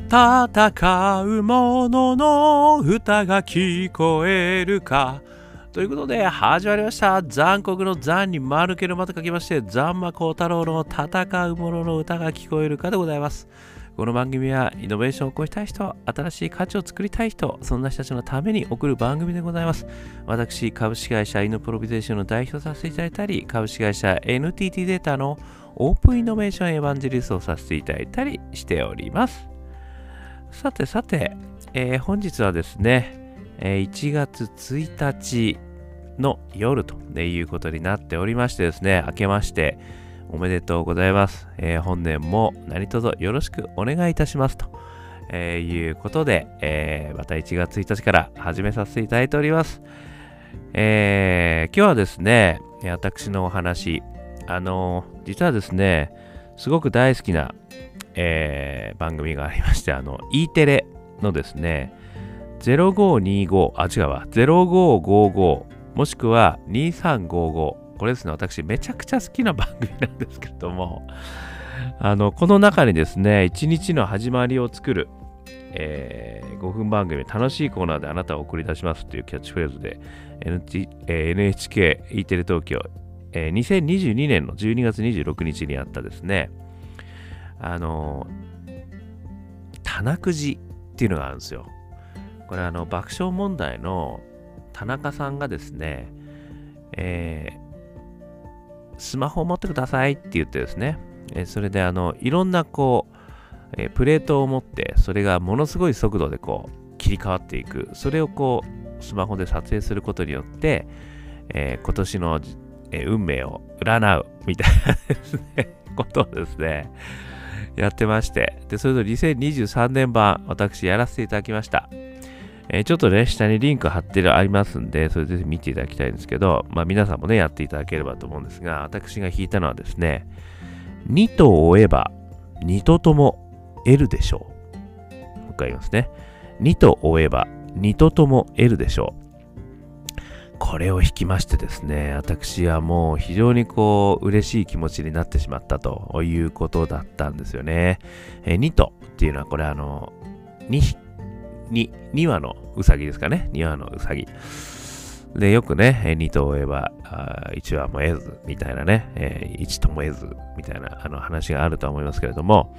戦う者の歌が聞こえるか。ということで始まりました。残酷の残に丸けのまと書きまして、残馬高太郎の戦う者の歌が聞こえるかでございます。この番組はイノベーションを起こしたい人、新しい価値を作りたい人、そんな人たちのために送る番組でございます。私、株式会社イノプロビゼーションの代表させていただいたり、株式会社 NTT データのオープンイノベーションエヴァンジェリストをさせていただいたりしております。さて、本日はですね、1月1日の夜ということになっておりましてですね、明けましておめでとうございます。本年も何卒よろしくお願いいたしますと、いうことで、また1月1日から始めさせていただいております。今日はですね、私のお話、実はですね、すごく大好きな番組がありまして、E テレのですね、0555、もしくは2355、これですね、私めちゃくちゃ好きな番組なんですけれども、この中にですね、一日の始まりを作る、5分番組、楽しいコーナーであなたを送り出しますというキャッチフレーズで、NHK E テレ東京、2022年の12月26日にあったですね、棚くじっていうのがあるんですよ。これ爆笑問題の田中さんがですね、スマホを持ってくださいって言ってですね、それでいろんなこう、プレートを持って、それがものすごい速度でこう切り替わっていく。それをこうスマホで撮影することによって、今年の、運命を占うみたいなですね、ことをですね、やってまして、で、それと2023年版、私やらせていただきました。ちょっとね、下にリンク貼ってありますんで、それで見ていただきたいんですけど、皆さんもね、やっていただければと思うんですが、私が引いたのはですね、2と追えば、2ととも得るでしょう。もう一回言いますね。2と追えば、2ととも得るでしょう。これを引きましてですね、私はもう非常にこう嬉しい気持ちになってしまったということだったんですよね。2頭っていうのはこれ2羽のうさぎですかね。2羽のうさぎ。で、よくね、2頭追えば1羽も得ずみたいなね、1とも得ずみたいな話があると思いますけれども、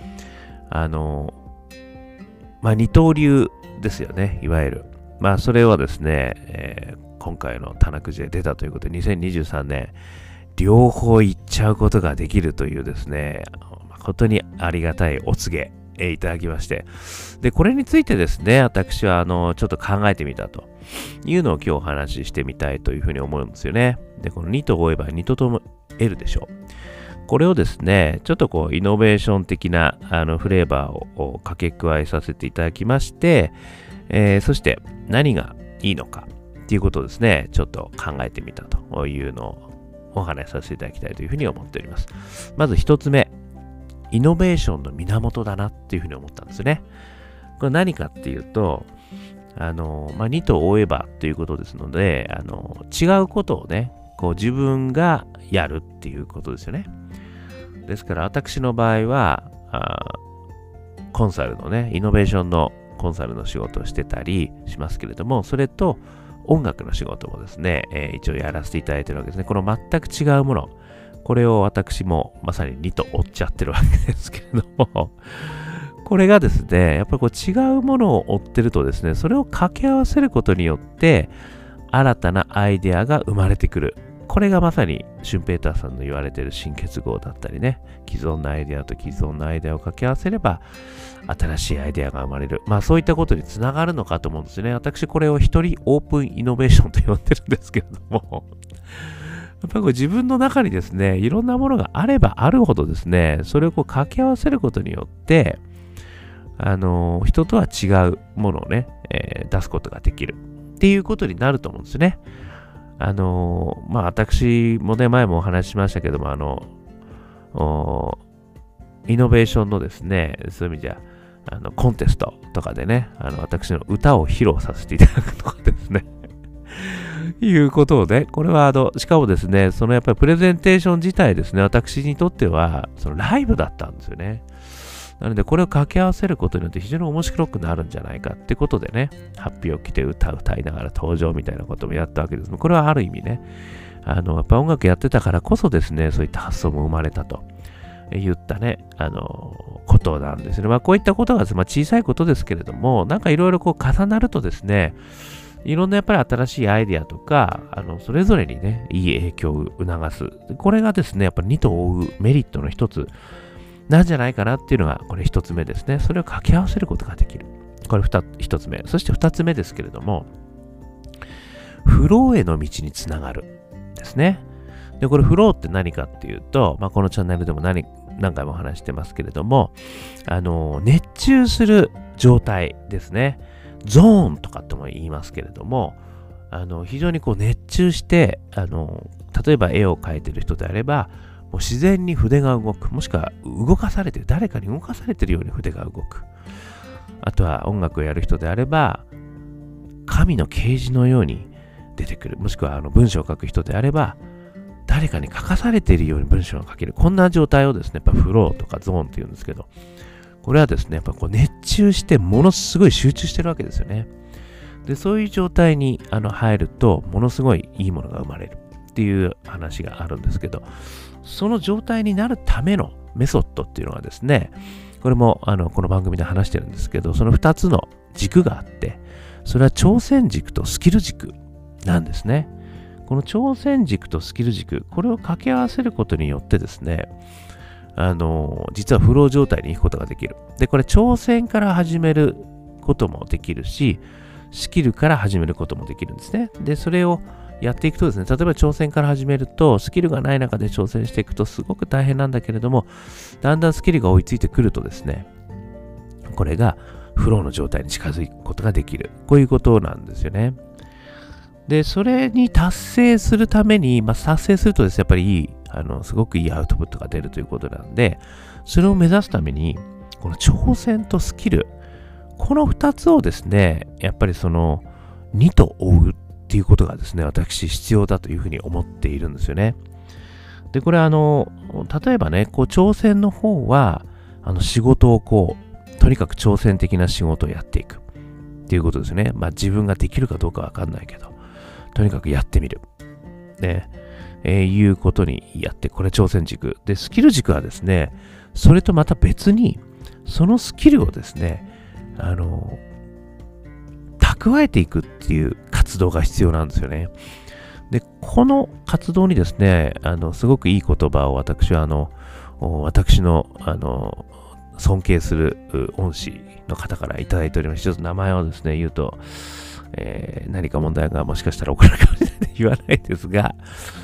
二刀流ですよね、いわゆる。それはですね、今回の棚くじで出たということで、2023年、両方行っちゃうことができるというですね、誠にありがたいお告げいただきまして、で、これについてですね、私はちょっと考えてみたというのを今日お話ししてみたいというふうに思うんですよね。で、この2と追えば2ととも得るでしょう。これをですね、ちょっとこう、イノベーション的なフレーバーを掛け加えさせていただきまして、そして何がいいのかっていうことをですね、ちょっと考えてみたというのをお話しさせていただきたいというふうに思っております。まず一つ目、イノベーションの源だなっていうふうに思ったんですね。これ何かっていうと、2と追えばということですので、違うことをね、こう自分がやるっていうことですよね。ですから私の場合は、コンサルのね、イノベーションのコンサルの仕事をしてたりしますけれども、それと音楽の仕事もですね、一応やらせていただいているわけですね。この全く違うもの、これを私もまさに2と追っちゃってるわけですけれども、これがですね、やっぱりこう違うものを追ってるとですね、それを掛け合わせることによって、新たなアイデアが生まれてくる。これがまさにシュンペーターさんの言われている新結合だったりね、既存のアイデアと既存のアイデアを掛け合わせれば、新しいアイデアが生まれる。そういったことにつながるのかと思うんですね。私これを一人オープンイノベーションと呼んでるんですけれども、やっぱり自分の中にですね、いろんなものがあればあるほどですね、それをこう掛け合わせることによって、人とは違うものをね、出すことができるっていうことになると思うんですね。私もね、前もお話ししましたけども、イノベーションのですね、そういう意味じゃ、コンテストとかでね、私の歌を披露させていただくとかですね、いうことをね、これはしかもですね、そのやっぱりプレゼンテーション自体ですね、私にとっては、そのライブだったんですよね。 なのでこれを掛け合わせることによって非常に面白くなるんじゃないかってことでね、ハッピーを着て歌いながら登場みたいなこともやったわけです。これはある意味ね、やっぱ音楽やってたからこそですね、そういった発想も生まれたと言ったね、ことなんですね。こういったことが、小さいことですけれども、なんかいろいろこう重なるとですね、いろんなやっぱり新しいアイディアとか、それぞれにね、いい影響を促す。これがですね、やっぱり2と追うメリットの一つなんじゃないかなっていうのが、これ一つ目ですね。それを掛け合わせることができる。これ一つ目。そして二つ目ですけれども、フローへの道につながるですね。で、これフローって何かっていうと、このチャンネルでも何回も話してますけれども、熱中する状態ですね。ゾーンとかとも言いますけれども、非常にこう熱中して、例えば絵を描いてる人であれば、もう自然に筆が動く。もしくは動かされてる。誰かに動かされてるように筆が動く。あとは音楽をやる人であれば、神の啓示のように出てくる。もしくは文章を書く人であれば、誰かに書かされているように文章を書ける。こんな状態をですね、やっぱフローとかゾーンって言うんですけど、これはですね、やっぱこう熱中してものすごい集中してるわけですよね。で、そういう状態に入ると、ものすごいいいものが生まれるっていう話があるんですけど、その状態になるためのメソッドっていうのはですね、これもこの番組で話してるんですけど、その2つの軸があって、それは挑戦軸とスキル軸なんですね。この挑戦軸とスキル軸、これを掛け合わせることによってですね、実はフロー状態に行くことができる。で、これ挑戦から始めることもできるし、スキルから始めることもできるんですね。で、それをやっていくとですね、例えば挑戦から始めると、スキルがない中で挑戦していくとすごく大変なんだけれども、だんだんスキルが追いついてくるとですね、これがフローの状態に近づくことができる。こういうことなんですよね。で、それに達成するために、達成するとですね、やっぱりいい、すごくいいアウトプットが出るということなんで、それを目指すために、この挑戦とスキル、この2つをですね、やっぱりその2と追うっていうことがですね、私必要だというふうに思っているんですよね。で、これ例えばね、こう挑戦の方は、仕事をとにかく挑戦的な仕事をやっていくっていうことですね。自分ができるかどうかわかんないけど、とにかくやってみる。ね。いうことにやって、これ挑戦軸。で、スキル軸はですね、それとまた別に、そのスキルをですね、蓄えていくっていう活動が必要なんですよね。で、この活動にですね、すごくいい言葉を私は私の、尊敬する恩師の方からいただいております。一つ名前をですね、言うと、何か問題がもしかしたら起こるかもしれない言わないですが、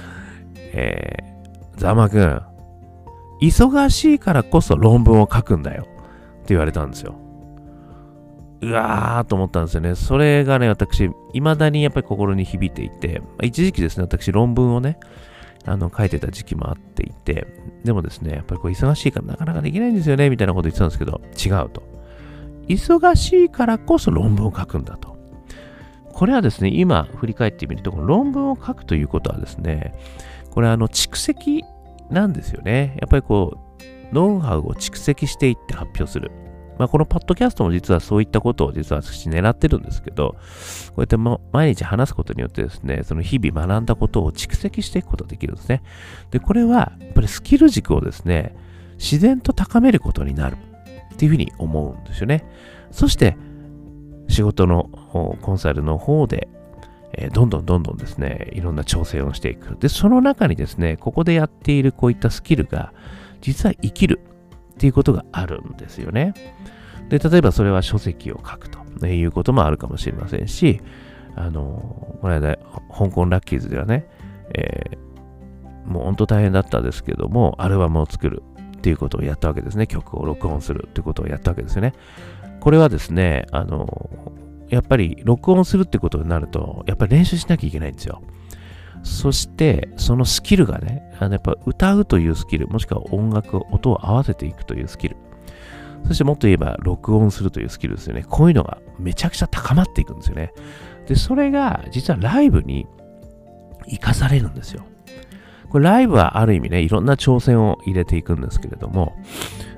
ざまくん、忙しいからこそ論文を書くんだよって言われたんですよ。うわーと思ったんですよね。それがね、私、未だにやっぱり心に響いていて、一時期ですね、私論文をね、書いてた時期もあっていて、でもですね、やっぱり忙しいからなかなかできないんですよね、みたいなこと言ってたんですけど、違うと。忙しいからこそ論文を書くんだと。これはですね、今振り返ってみると、この論文を書くということはですね、これ蓄積なんですよね。やっぱりノウハウを蓄積していって発表する。このポッドキャストも実はそういったことを実は私狙ってるんですけど、こうやって毎日話すことによってですね、その日々学んだことを蓄積していくことができるんですね。で、これはやっぱりスキル軸をですね、自然と高めることになるっていうふうに思うんですよね。そして、仕事のコンサルの方で、どんどんですね、いろんな挑戦をしていく。で、その中にですね、ここでやっているこういったスキルが、実は生きるっていうことがあるんですよね。で、例えばそれは書籍を書くということもあるかもしれませんし、この間、香港ラッキーズではね、もう本当大変だったですけども、アルバムを作るっていうことをやったわけですね。曲を録音するっていうことをやったわけですよね。これはですね、やっぱり録音するってことになると、やっぱり練習しなきゃいけないんですよ。そして、そのスキルがね、やっぱ歌うというスキル、もしくは音を合わせていくというスキル。そしてもっと言えば、録音するというスキルですよね。こういうのがめちゃくちゃ高まっていくんですよね。で、それが実はライブに活かされるんですよ。これライブはある意味ね、いろんな挑戦を入れていくんですけれども、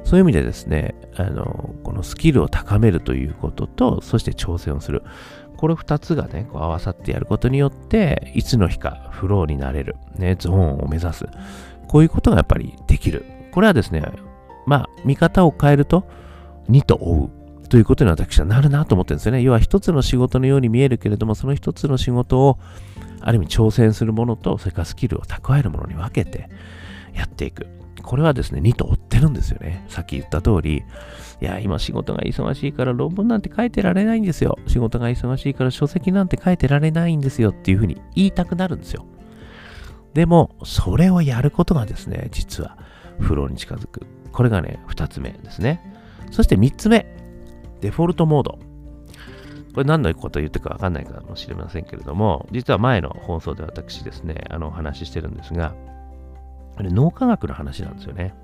そういう意味でですね、このスキルを高めるということと、そして挑戦をする。これ2つがね、こう合わさってやることによって、いつの日かフローになれる、ね、ゾーンを目指す。こういうことがやっぱりできる。これはですね、見方を変えると、2と追うということに私はなるなと思ってるんですよね。要は一つの仕事のように見えるけれども、その一つの仕事をある意味挑戦するものと、それからスキルを蓄えるものに分けてやっていく。これはですね、2と追ってるんですよね。さっき言った通り、いや、今仕事が忙しいから論文なんて書いてられないんですよ。仕事が忙しいから書籍なんて書いてられないんですよっていうふうに言いたくなるんですよ。でも、それをやることがですね、実はフローに近づく。これがね、2つ目ですね。そして3つ目、デフォルトモード。これ何のことを言ってるか分かんないかもしれませんけれども、実は前の放送で私ですね、お話ししてるんですが、あれ脳科学の話なんですよね。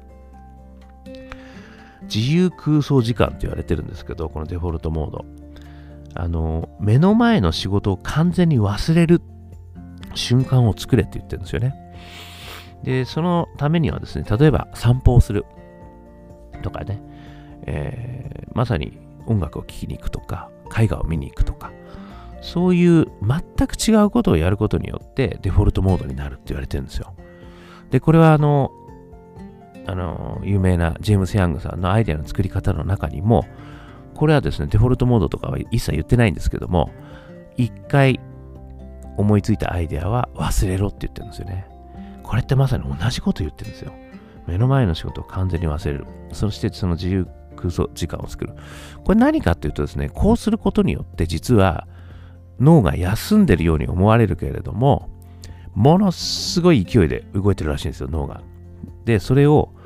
自由空想時間と言われてるんですけど、このデフォルトモード。目の前の仕事を完全に忘れる瞬間を作れって言ってるんですよね。で、そのためにはですね、例えば散歩をするとかね、まさに音楽を聴きに行くとか、絵画を見に行くとか、そういう全く違うことをやることによってデフォルトモードになるって言われてるんですよ。で、これは有名なジェームス・ヤングさんのアイデアの作り方の中にも、これはですね、デフォルトモードとかは一切言ってないんですけども、一回思いついたアイデアは忘れろって言ってるんですよね。これってまさに同じこと言ってるんですよ。目の前の仕事を完全に忘れる。そしてその自由空想時間を作る。これ何かっていうとですね、こうすることによって実は脳が休んでるように思われるけれども、ものすごい勢いで動いてるらしいんですよ、脳が。で、それを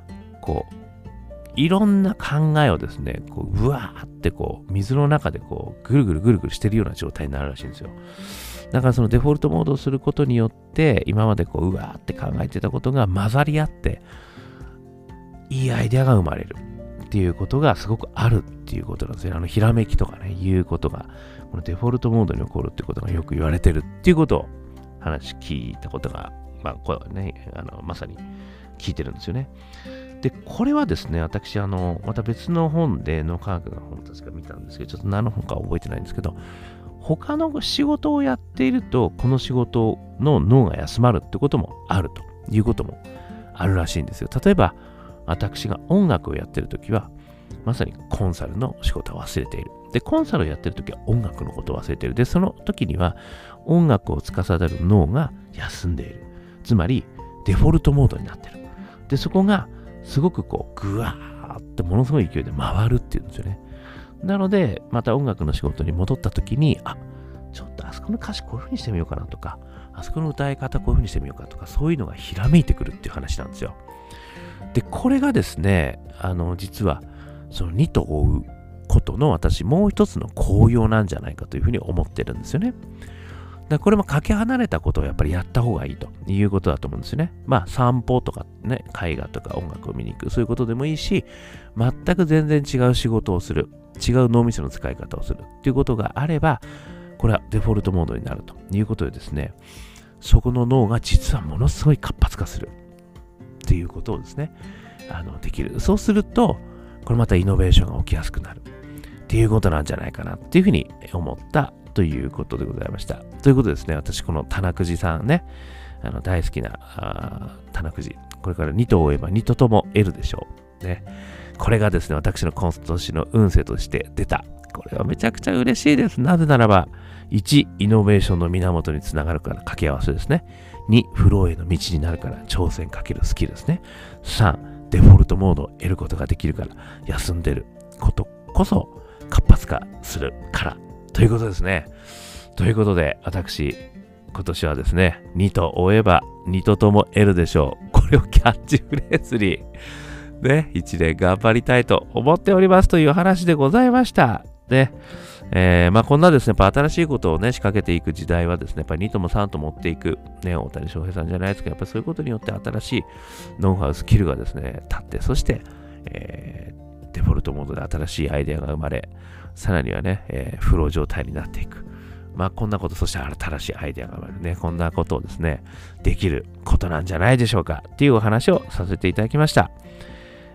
いろんな考えをですね、うわーって水の中でぐるぐるぐるぐるしてるような状態になるらしいんですよ。だからそのデフォルトモードをすることによって、今までうわーって考えてたことが混ざり合って、いいアイデアが生まれるっていうことがすごくあるっていうことなんですよ。ひらめきとかね、いうことが、このデフォルトモードに起こるっていうことがよく言われてるっていうことを聞いたことが、これね、まさに聞いてるんですよね。で、これはですね、私、また別の本で、脳科学の本確か見たんですけど、ちょっと何の本か覚えてないんですけど、他の仕事をやっていると、この仕事の脳が休まるってこともあるということもあるらしいんですよ。例えば、私が音楽をやってるときは、まさにコンサルの仕事を忘れている。で、コンサルをやってるときは音楽のことを忘れている。で、その時には音楽を司る脳が休んでいる。つまり、デフォルトモードになっている。で、そこがすごくぐわーってものすごい勢いで回るっていうんですよね。なので、また音楽の仕事に戻った時に、ちょっとあそこの歌詞こういう風にしてみようかなとか、あそこの歌い方こういう風にしてみようかとか、そういうのがひらめいてくるっていう話なんですよ。で、これがですね、実は、その2と追うことの私、もう一つの効用なんじゃないかというふうに思ってるんですよね。だからこれもかけ離れたことをやっぱりやった方がいいということだと思うんですよね。散歩とかね、絵画とか音楽を見に行く、そういうことでもいいし、全く全然違う仕事をする、違う脳みその使い方をするっていうことがあれば、これはデフォルトモードになるということでですね、そこの脳が実はものすごい活発化するっていうことをですね、できる。そうすると、これまたイノベーションが起きやすくなるっていうことなんじゃないかなっていうふうに思ったということでございました。ということですね、私この棚くじさんね、大好きな棚くじ、これから2と追えば2ととも得るでしょう。ね。これがですね、私の今年の運勢として出た。これはめちゃくちゃ嬉しいです。なぜならば、1、イノベーションの源につながるから掛け合わせですね。2、フローへの道になるから挑戦かけるスキルですね。3、デフォルトモードを得ることができるから休んでることこそ活発化するからということですね。ということで私今年はですね、2と追えば2ととも得るでしょう。これをキャッチフレーズにね、1年頑張りたいと思っておりますという話でございました。ね。こんなですね、やっぱ新しいことをね、仕掛けていく時代はですね、やっぱり2とも3と持っていく、ね、大谷翔平さんじゃないですけど、やっぱりそういうことによって新しいノウハウ、スキルがですね、立って、そして、デフォルトモードで新しいアイデアが生まれ、さらにはね、フロー状態になっていく。こんなこと、そして新しいアイデアが生まれるね、こんなことをですね、できることなんじゃないでしょうかっていうお話をさせていただきました。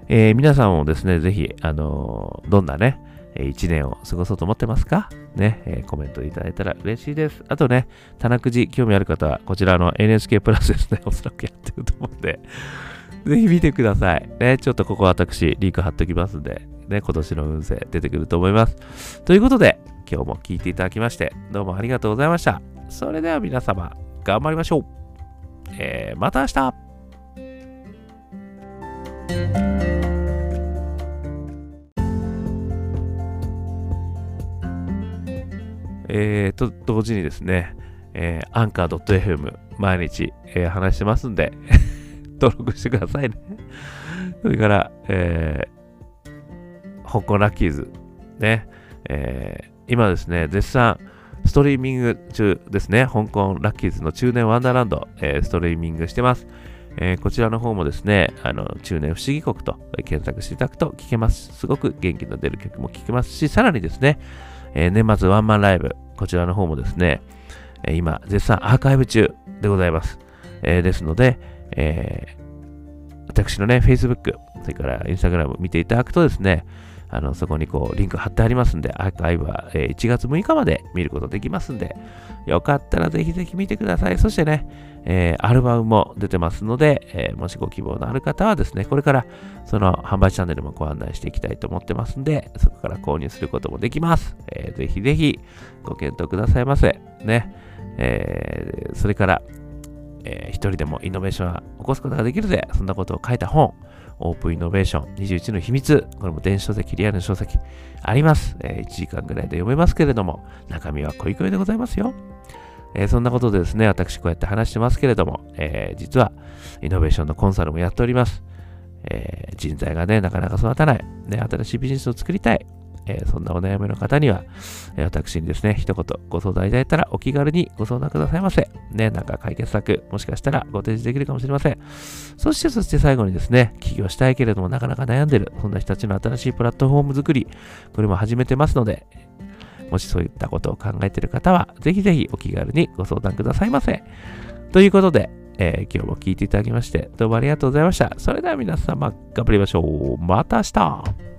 皆さんもですね、ぜひ、どんなね、1年を過ごそうと思ってますかね、コメントいただいたら嬉しいです。あとね、棚くじ興味ある方は、こちらの NHK プラスですね、おそらくやってると思うんで、ぜひ見てください。ね、ちょっとここ私、リンク貼っときますんで、ね、今年の運勢出てくると思います。ということで、今日も聞いていただきまして、どうもありがとうございました。それでは皆様、頑張りましょう。また明日。同時にですね、アンカー .fm 毎日、話してますんで、登録してくださいね。それから、香港ラッキーズ、ね、今ですね、絶賛ストリーミング中ですね、香港ラッキーズの中年ワンダーランド、ストリーミングしてます。こちらの方もですね、中年不思議国と検索していただくと聞けます。すごく元気の出る曲も聴けますし、さらにですね、年末ワンマンライブ、こちらの方もですね、今、絶賛アーカイブ中でございます。ですので、私のね、Facebook、それから Instagram 見ていただくとですね、そこにこう、リンク貼ってありますんで、アーカイブは1月6日まで見ることできますんで、よかったらぜひぜひ見てください。そしてね、アルバムも出てますので、もしご希望のある方はですね、これからその販売チャンネルもご案内していきたいと思ってますんで、そこから購入することもできます。ぜひぜひご検討くださいませ。ね。それから、一人でもイノベーションを起こすことができるぜ。そんなことを書いた本、オープンイノベーション21の秘密。これも電子書籍、リアルの書籍あります。1時間ぐらいで読めますけれども、中身は濃い濃いでございますよ。そんなことでですね、私こうやって話してますけれども、実はイノベーションのコンサルもやっております。人材がね、なかなか育たない。ね、新しいビジネスを作りたい。そんなお悩みの方には、私にですね、一言ご相談いただいたらお気軽にご相談くださいませ。ね、なんか解決策、もしかしたらご提示できるかもしれません。そして最後にですね、起業したいけれどもなかなか悩んでる、そんな人たちの新しいプラットフォーム作り、これも始めてますので、もしそういったことを考えている方は、ぜひぜひお気軽にご相談くださいませ。ということで、今日も聞いていただきまして、どうもありがとうございました。それでは皆様、頑張りましょう。また明日。